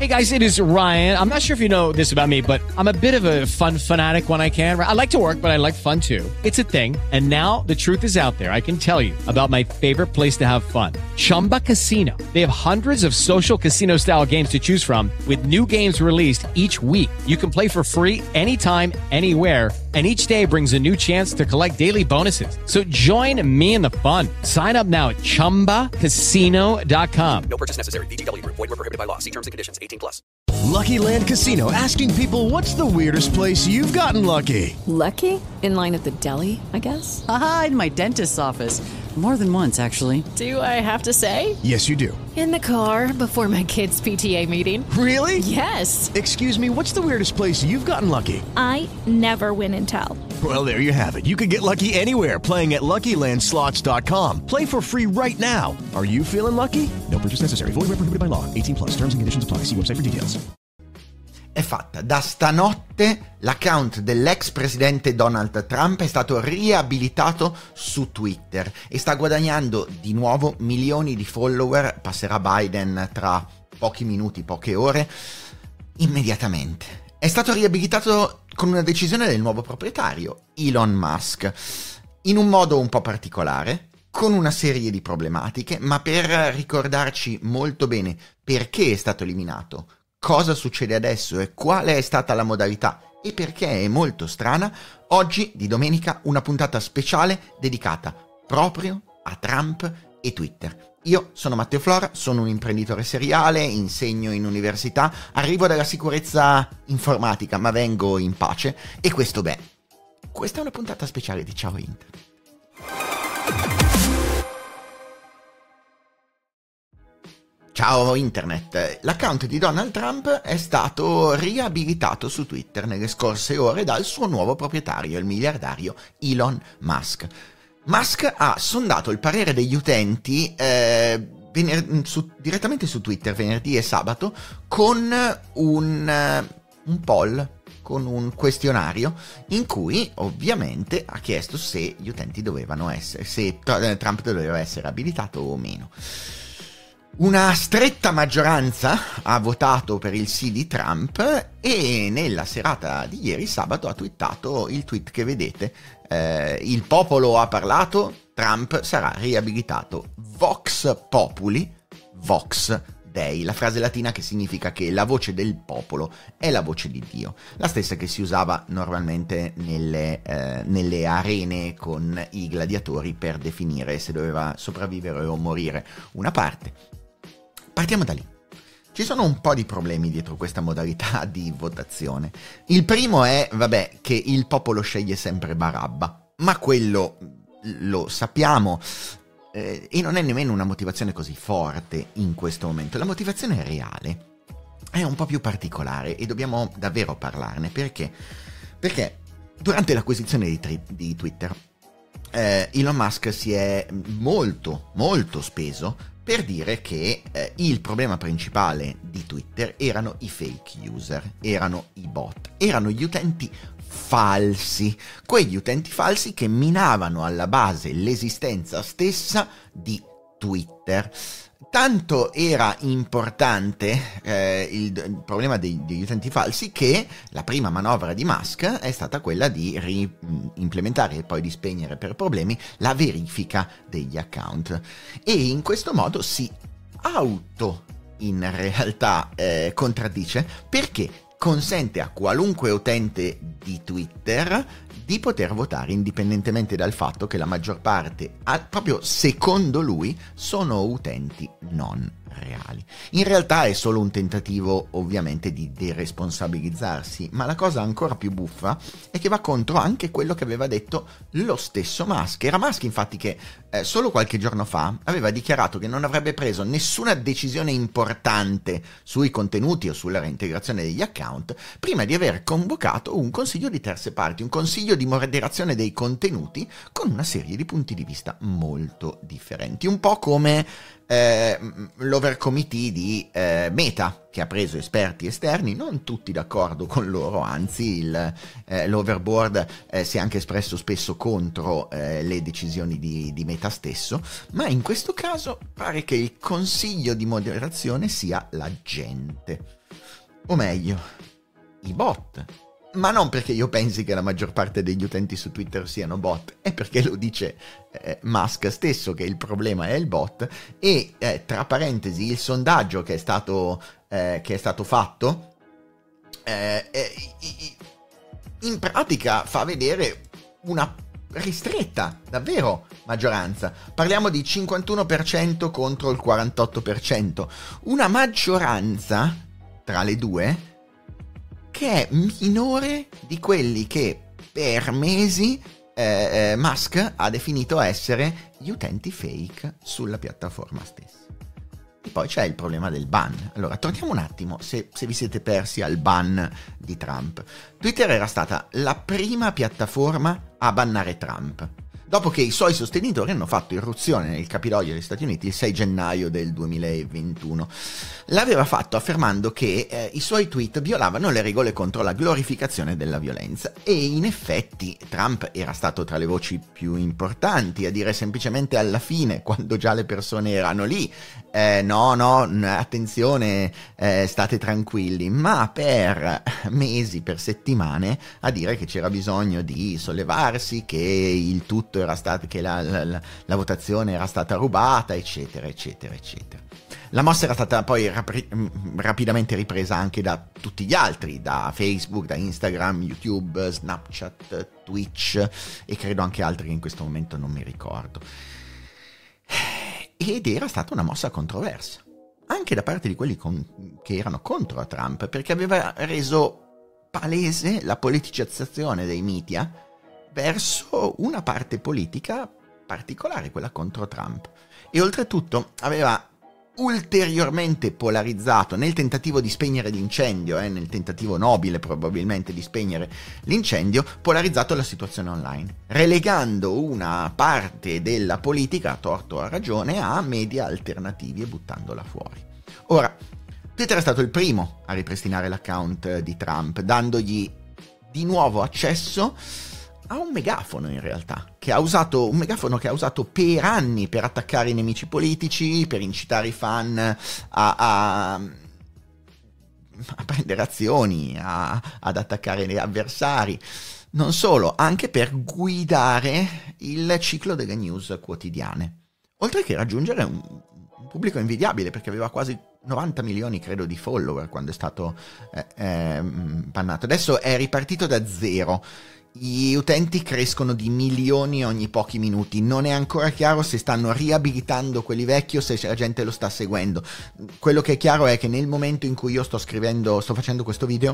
Hey guys, it is Ryan. I'm not sure if you know this about me, but I'm a bit of a fun fanatic when I can. I like to work, but I like fun too. It's a thing. And now the truth is out there. I can tell you about my favorite place to have fun. Chumba Casino. They have hundreds of social casino style games to choose from with new games released each week. You can play for free anytime, anywhere. And each day brings a new chance to collect daily bonuses. So join me in the fun. Sign up now at ChumbaCasino.com. No purchase necessary. VGW Group. Void where prohibited by law. See terms and conditions. 18+. Lucky Land Casino, asking people, what's the weirdest place you've gotten lucky? Lucky? In line at the deli, I guess? Aha, in my dentist's office. More than once, actually. Do I have to say? Yes, you do. In the car before my kids' PTA meeting. Really? Yes. Excuse me, what's the weirdest place you've gotten lucky? I never win and tell. Well, there you have it. You can get lucky anywhere, playing at LuckyLandSlots.com. Play for free right now. Are you feeling lucky? No purchase necessary. Void where prohibited by law. 18+. Terms and conditions apply. See website for details. È fatta. Da stanotte l'account dell'ex presidente Donald Trump è stato riabilitato su Twitter e sta guadagnando di nuovo milioni di follower. Passerà Biden tra pochi minuti, poche ore, immediatamente. È stato riabilitato con una decisione del nuovo proprietario, Elon Musk, in un modo un po' particolare, con una serie di problematiche, ma per ricordarci molto bene perché è stato eliminato, cosa succede adesso e quale è stata la modalità e perché è molto strana, oggi di domenica una puntata speciale dedicata proprio a Trump e Twitter. Io sono Matteo Flora, sono un imprenditore seriale, insegno in università, arrivo dalla sicurezza informatica ma vengo in pace e questa è una puntata speciale di Ciao Internet. Ciao Internet, l'account di Donald Trump è stato riabilitato su Twitter nelle scorse ore dal suo nuovo proprietario, il miliardario Elon Musk. Musk ha sondato il parere degli utenti direttamente su Twitter venerdì e sabato con un poll, con un questionario in cui ovviamente ha chiesto se gli utenti se Trump doveva essere abilitato o meno. Una stretta maggioranza ha votato per il sì di Trump e nella serata di ieri, sabato, ha twittato il tweet che vedete. Il popolo ha parlato, Trump sarà riabilitato. Vox Populi, Vox Dei, la frase latina che significa che la voce del popolo è la voce di Dio, la stessa che si usava normalmente nelle arene con i gladiatori per definire se doveva sopravvivere o morire una parte. Partiamo da lì. Ci sono un po' di problemi dietro questa modalità di votazione. Il primo è, che il popolo sceglie sempre Barabba, ma quello lo sappiamo e non è nemmeno una motivazione così forte in questo momento. La motivazione reale è un po' più particolare e dobbiamo davvero parlarne. Perché durante l'acquisizione di Twitter Elon Musk si è molto speso per dire che il problema principale di Twitter erano i fake user, erano i bot, erano gli utenti falsi, quegli utenti falsi che minavano alla base l'esistenza stessa di Twitter. Tanto era importante il problema degli utenti falsi che la prima manovra di Musk è stata quella di implementare e poi di spegnere per problemi la verifica degli account. E in questo modo si in realtà contraddice, perché consente a qualunque utente di Twitter di poter votare indipendentemente dal fatto che la maggior parte, proprio secondo lui, sono utenti non reali. In realtà è solo un tentativo ovviamente di deresponsabilizzarsi, ma la cosa ancora più buffa è che va contro anche quello che aveva detto lo stesso Musk. Era Musk infatti che solo qualche giorno fa aveva dichiarato che non avrebbe preso nessuna decisione importante sui contenuti o sulla reintegrazione degli account prima di aver convocato un consiglio di terze parti, un consiglio di moderazione dei contenuti con una serie di punti di vista molto differenti, un po' come l'overcommittee di Meta, che ha preso esperti esterni, non tutti d'accordo con loro, anzi l'overboard si è anche espresso spesso contro le decisioni di Meta stesso, ma in questo caso pare che il consiglio di moderazione sia la gente, o meglio, i bot. Ma non perché io pensi che la maggior parte degli utenti su Twitter siano bot, è perché lo dice Musk stesso che il problema è il bot, e tra parentesi il sondaggio che è stato fatto in pratica fa vedere una ristretta, davvero, maggioranza. Parliamo di 51% contro il 48%, una maggioranza tra le due che è minore di quelli che per mesi Musk ha definito essere gli utenti fake sulla piattaforma stessa. E poi c'è il problema del ban. Allora, torniamo un attimo, se vi siete persi al ban di Trump. Twitter era stata la prima piattaforma a bannare Trump, dopo che i suoi sostenitori hanno fatto irruzione nel Capitolio degli Stati Uniti il 6 gennaio del 2021. L'aveva fatto affermando che i suoi tweet violavano le regole contro la glorificazione della violenza, e in effetti Trump era stato tra le voci più importanti a dire semplicemente alla fine, quando già le persone erano lì, no, attenzione, state tranquilli, ma per mesi, per settimane, a dire che c'era bisogno di sollevarsi, che il tutto era stato, che la votazione era stata rubata, eccetera, eccetera, eccetera. La mossa era stata poi rapidamente ripresa anche da tutti gli altri, da Facebook, da Instagram, YouTube, Snapchat, Twitch e credo anche altri che in questo momento non mi ricordo. Ed era stata una mossa controversa, anche da parte di quelli che erano contro Trump, perché aveva reso palese la politicizzazione dei media verso una parte politica particolare, quella contro Trump. E oltretutto aveva ulteriormente polarizzato, nel tentativo di spegnere l'incendio, nel tentativo nobile probabilmente di spegnere l'incendio, polarizzato la situazione online, relegando una parte della politica, a torto o a ragione, a media alternativi e buttandola fuori. Ora, Twitter è stato il primo a ripristinare l'account di Trump, dandogli di nuovo accesso a un megafono, in realtà, un megafono che ha usato per anni per attaccare i nemici politici, per incitare i fan a prendere azioni, ad attaccare gli avversari. Non solo, anche per guidare il ciclo delle news quotidiane, oltre che raggiungere un pubblico invidiabile, perché aveva quasi 90 milioni, credo, di follower quando è stato bannato. Adesso è ripartito da zero. Gli utenti crescono di milioni ogni pochi minuti. Non è ancora chiaro se stanno riabilitando quelli vecchi o se la gente lo sta seguendo. Quello che è chiaro è che nel momento in cui io sto facendo questo video,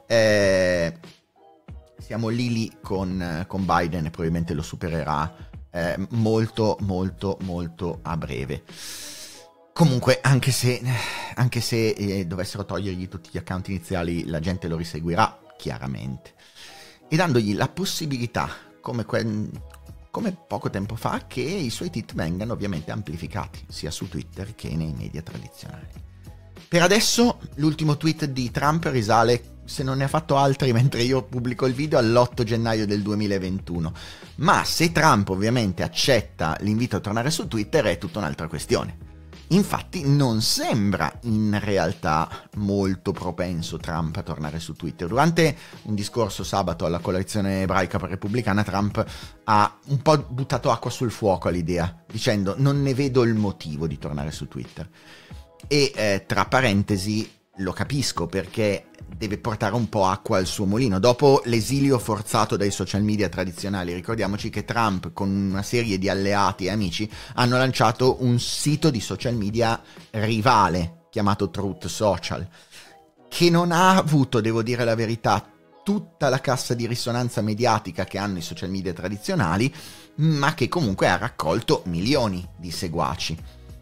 siamo lì con Biden, e probabilmente lo supererà molto molto molto a breve. Comunque, anche se dovessero togliergli tutti gli account iniziali, la gente lo riseguirà chiaramente, e dandogli la possibilità, come poco tempo fa, che i suoi tweet vengano ovviamente amplificati, sia su Twitter che nei media tradizionali. Per adesso l'ultimo tweet di Trump risale, se non ne ha fatto altri mentre io pubblico il video, all'8 gennaio del 2021. Ma se Trump ovviamente accetta l'invito a tornare su Twitter è tutta un'altra questione. Infatti non sembra in realtà molto propenso Trump a tornare su Twitter. Durante un discorso sabato alla coalizione ebraica repubblicana, Trump ha un po' buttato acqua sul fuoco all'idea, dicendo: non ne vedo il motivo di tornare su Twitter. E tra parentesi, lo capisco, perché deve portare un po' acqua al suo mulino. Dopo l'esilio forzato dai social media tradizionali, ricordiamoci che Trump, con una serie di alleati e amici, hanno lanciato un sito di social media rivale chiamato Truth Social, che non ha avuto, devo dire la verità, tutta la cassa di risonanza mediatica che hanno i social media tradizionali, ma che comunque ha raccolto milioni di seguaci.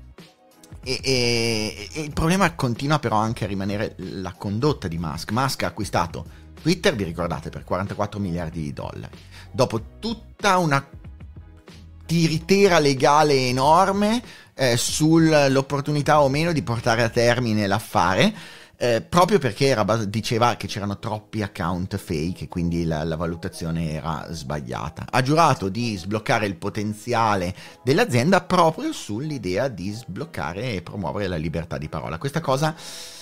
E il problema continua però anche a rimanere la condotta di Musk. Musk ha acquistato Twitter, vi ricordate, per 44 miliardi di dollari. Dopo tutta una tiritera legale enorme, sull'opportunità o meno di portare a termine l'affare, proprio perché diceva che c'erano troppi account fake e quindi la valutazione era sbagliata. Ha giurato di sbloccare il potenziale dell'azienda proprio sull'idea di sbloccare e promuovere la libertà di parola. Questa cosa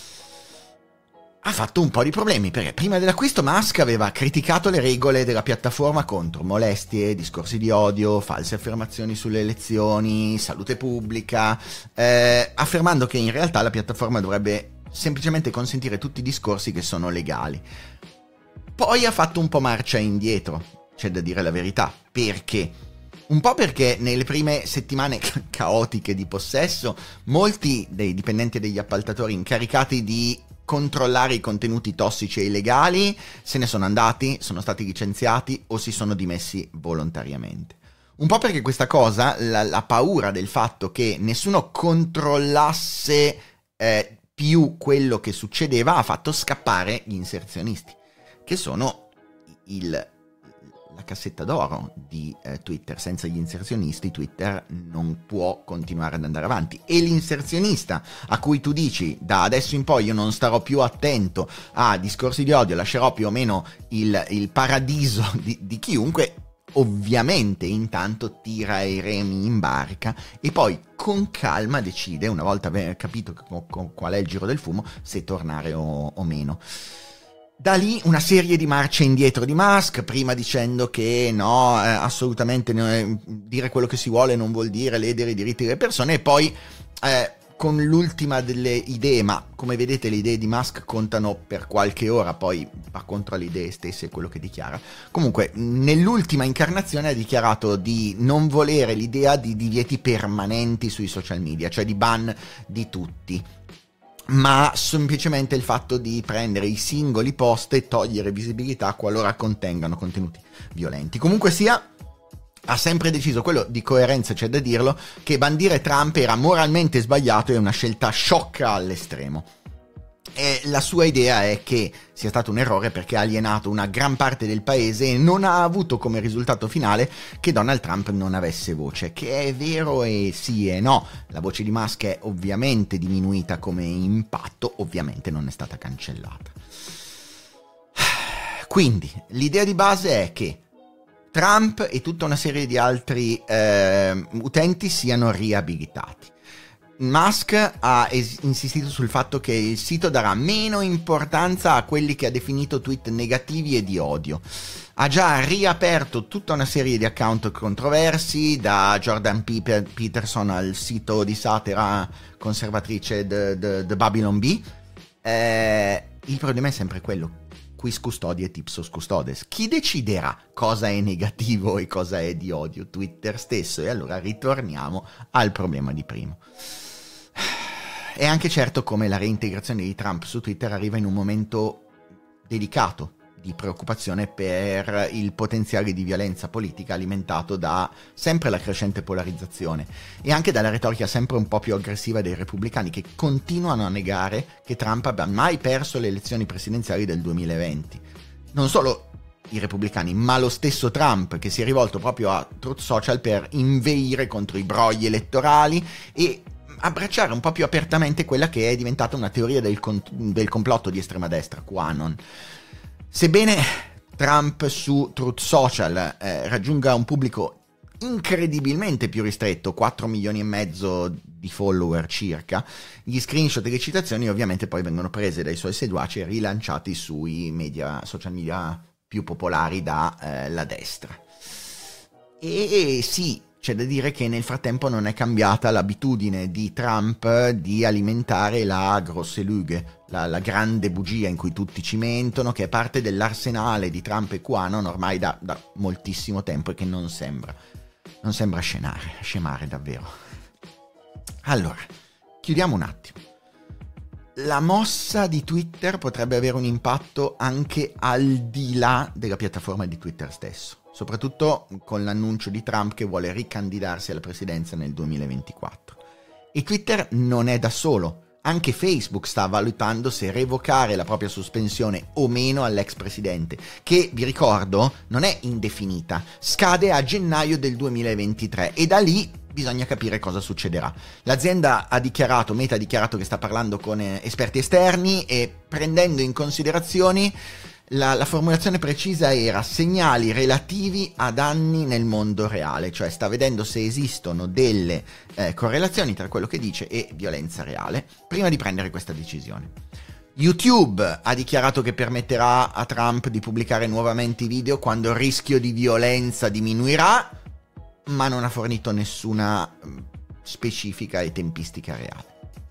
ha fatto un po' di problemi, perché prima dell'acquisto Musk aveva criticato le regole della piattaforma contro molestie, discorsi di odio, false affermazioni sulle elezioni, salute pubblica, affermando che in realtà la piattaforma dovrebbe semplicemente consentire tutti i discorsi che sono legali. Poi ha fatto un po' marcia indietro, c'è da dire la verità. Perché? Un po' perché nelle prime settimane caotiche di possesso, molti dei dipendenti e degli appaltatori incaricati di controllare i contenuti tossici e illegali se ne sono andati, sono stati licenziati o si sono dimessi volontariamente. Un po' perché questa cosa, la paura del fatto che nessuno controllasse più quello che succedeva, ha fatto scappare gli inserzionisti, che sono la cassetta d'oro di Twitter. Senza gli inserzionisti Twitter non può continuare ad andare avanti, e l'inserzionista a cui tu dici da adesso in poi io non starò più attento a discorsi di odio, lascerò più o meno il paradiso di chiunque, ovviamente intanto tira i remi in barca e poi con calma decide, una volta aver capito qual è il giro del fumo, se tornare o meno. Da lì una serie di marce indietro di Musk, prima dicendo che no, assolutamente dire quello che si vuole non vuol dire ledere i diritti delle persone, e poi con l'ultima delle idee, ma come vedete le idee di Musk contano per qualche ora, poi va contro le idee stesse quello che dichiara. Comunque nell'ultima incarnazione ha dichiarato di non volere l'idea di divieti permanenti sui social media, cioè di ban di tutti, ma semplicemente il fatto di prendere i singoli post e togliere visibilità qualora contengano contenuti violenti. Comunque sia, ha sempre deciso, quello di coerenza c'è da dirlo, che bandire Trump era moralmente sbagliato e una scelta sciocca all'estremo. E la sua idea è che sia stato un errore perché ha alienato una gran parte del paese e non ha avuto come risultato finale che Donald Trump non avesse voce, che è vero e sì e no. La voce di Musk è ovviamente diminuita come impatto, ovviamente non è stata cancellata. Quindi l'idea di base è che Trump e tutta una serie di altri utenti siano riabilitati. Musk ha insistito sul fatto che il sito darà meno importanza a quelli che ha definito tweet negativi e di odio. Ha già riaperto tutta una serie di account controversi, da Jordan Peterson al sito di satira conservatrice The Babylon Bee. Il problema è sempre quello: quis custodiet ipsos custodes. Chi deciderà cosa è negativo e cosa è di odio? Twitter stesso. E allora ritorniamo al problema di prima. È anche certo come la reintegrazione di Trump su Twitter arriva in un momento delicato di preoccupazione per il potenziale di violenza politica alimentato da sempre la crescente polarizzazione e anche dalla retorica sempre un po' più aggressiva dei repubblicani, che continuano a negare che Trump abbia mai perso le elezioni presidenziali del 2020. Non solo i repubblicani, ma lo stesso Trump, che si è rivolto proprio a Truth Social per inveire contro i brogli elettorali e abbracciare un po' più apertamente quella che è diventata una teoria del complotto di estrema destra, QAnon. Sebbene Trump su Truth Social raggiunga un pubblico incredibilmente più ristretto, 4 milioni e mezzo di follower circa, gli screenshot e le citazioni ovviamente poi vengono prese dai suoi seguaci e rilanciati sui social media più popolari dalla destra. E sì, c'è da dire che nel frattempo non è cambiata l'abitudine di Trump di alimentare la grosse lüge, la grande bugia in cui tutti ci mentono, che è parte dell'arsenale di Trump e QAnon ormai da moltissimo tempo e che non sembra scemare davvero. Allora, chiudiamo un attimo. La mossa di Twitter potrebbe avere un impatto anche al di là della piattaforma di Twitter stesso, soprattutto con l'annuncio di Trump che vuole ricandidarsi alla presidenza nel 2024. E Twitter non è da solo. Anche Facebook sta valutando se revocare la propria sospensione o meno all'ex presidente, che, vi ricordo, non è indefinita, scade a gennaio del 2023 e da lì bisogna capire cosa succederà. L'azienda ha dichiarato, Meta ha dichiarato che sta parlando con esperti esterni e prendendo in considerazione la formulazione precisa era segnali relativi a danni nel mondo reale, cioè sta vedendo se esistono delle correlazioni tra quello che dice e violenza reale prima di prendere questa decisione. YouTube ha dichiarato che permetterà a Trump di pubblicare nuovamente i video quando il rischio di violenza diminuirà, ma non ha fornito nessuna specifica e tempistica reale.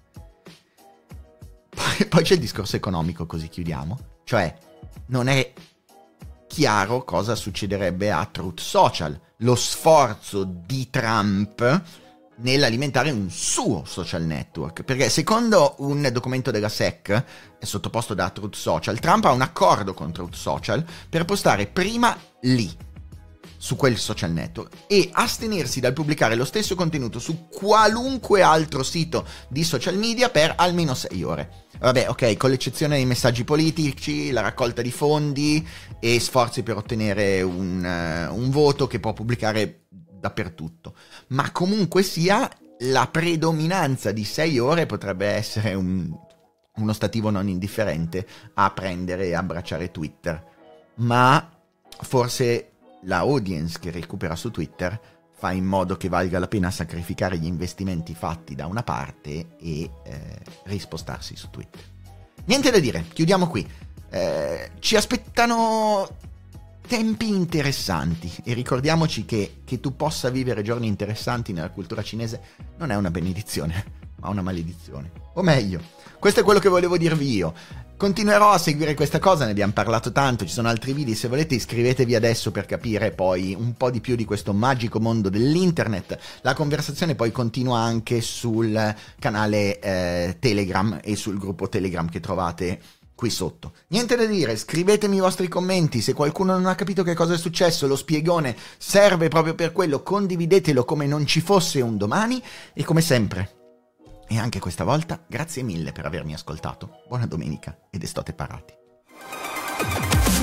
Poi c'è il discorso economico, così chiudiamo, cioè non è chiaro cosa succederebbe a Truth Social, lo sforzo di Trump nell'alimentare un suo social network, perché secondo un documento della SEC sottoposto da Truth Social, Trump ha un accordo con Truth Social per postare prima lì, su quel social network, e astenersi dal pubblicare lo stesso contenuto su qualunque altro sito di social media per almeno 6 ore. Vabbè, ok, con l'eccezione dei messaggi politici, la raccolta di fondi e sforzi per ottenere un voto che può pubblicare dappertutto. Ma comunque sia, la predominanza di 6 ore potrebbe essere uno stativo non indifferente a prendere e abbracciare Twitter. Ma forse la audience che recupera su Twitter fa in modo che valga la pena sacrificare gli investimenti fatti da una parte e rispostarsi su Twitter. Niente da dire, chiudiamo qui. Ci aspettano tempi interessanti e ricordiamoci che tu possa vivere giorni interessanti nella cultura cinese non è una benedizione, ma una maledizione. O meglio, questo è quello che volevo dirvi io. Continuerò a seguire questa cosa, ne abbiamo parlato tanto, ci sono altri video, se volete iscrivetevi adesso per capire poi un po' di più di questo magico mondo dell'internet. La conversazione poi continua anche sul canale Telegram e sul gruppo Telegram che trovate qui sotto. Niente da dire, scrivetemi i vostri commenti, se qualcuno non ha capito che cosa è successo, lo spiegone serve proprio per quello, condividetelo come non ci fosse un domani e come sempre. E anche questa volta, grazie mille per avermi ascoltato. Buona domenica ed estate parati.